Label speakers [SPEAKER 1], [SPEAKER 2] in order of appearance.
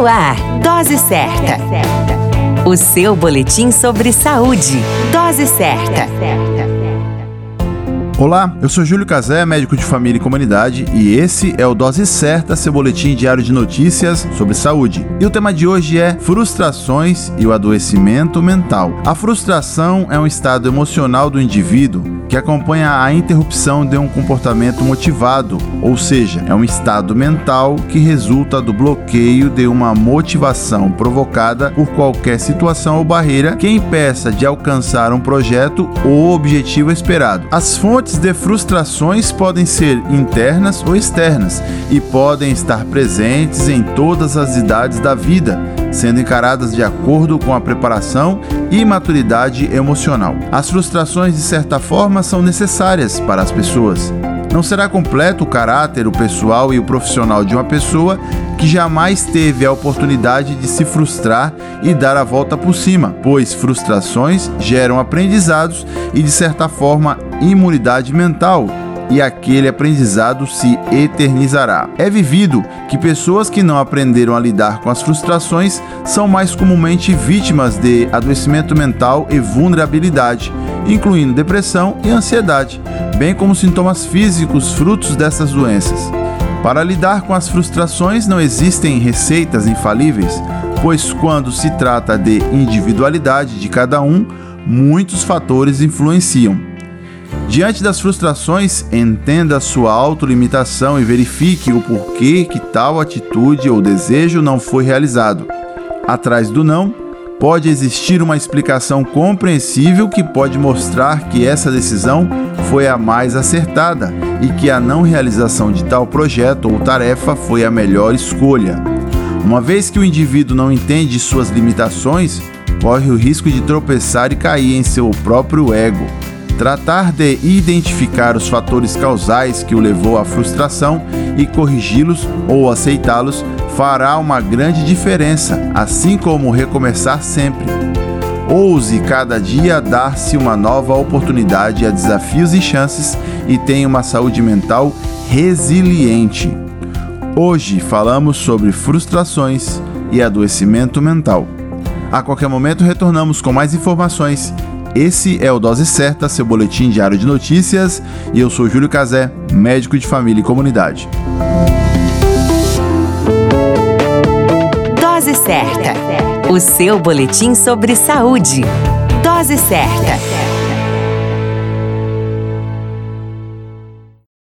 [SPEAKER 1] ar, Dose Certa. O seu boletim sobre saúde. Dose Certa.
[SPEAKER 2] Olá, eu sou Júlio Cazé, médico de família e comunidade, e esse é o Dose Certa, seu boletim diário de notícias sobre saúde. E o tema de hoje é frustrações e o adoecimento mental. A frustração é um estado emocional do indivíduo que acompanha a interrupção de um comportamento motivado, ou seja, é um estado mental que resulta do bloqueio de uma motivação provocada por qualquer situação ou barreira que impeça de alcançar um projeto ou objetivo esperado. As fontes de frustrações podem ser internas ou externas e podem estar presentes em todas as idades da vida, sendo encaradas de acordo com a preparação e maturidade emocional. As frustrações, de certa forma, são necessárias para as pessoas. Não será completo o caráter, o pessoal e o profissional de uma pessoa que jamais teve a oportunidade de se frustrar e dar a volta por cima, pois frustrações geram aprendizados e, de certa forma, imunidade mental, e aquele aprendizado se eternizará. É vivido que pessoas que não aprenderam a lidar com as frustrações são mais comumente vítimas de adoecimento mental e vulnerabilidade, incluindo depressão e ansiedade, bem como sintomas físicos frutos dessas doenças. Para lidar com as frustrações não existem receitas infalíveis, pois quando se trata de individualidade de cada um, muitos fatores influenciam. Diante das frustrações, entenda sua autolimitação e verifique o porquê que tal atitude ou desejo não foi realizado. Atrás do não, pode existir uma explicação compreensível que pode mostrar que essa decisão foi a mais acertada e que a não realização de tal projeto ou tarefa foi a melhor escolha. Uma vez que o indivíduo não entende suas limitações, corre o risco de tropeçar e cair em seu próprio ego. Tratar de identificar os fatores causais que o levou à frustração e corrigi-los ou aceitá-los fará uma grande diferença, assim como recomeçar sempre. Ouse cada dia dar-se uma nova oportunidade a desafios e chances e tenha uma saúde mental resiliente. Hoje falamos sobre frustrações e adoecimento mental. A qualquer momento retornamos com mais informações. Esse é o Dose Certa, seu boletim diário de notícias, e eu sou Júlio Cazé, médico de família e comunidade.
[SPEAKER 1] Dose Certa, o seu boletim sobre saúde. Dose Certa.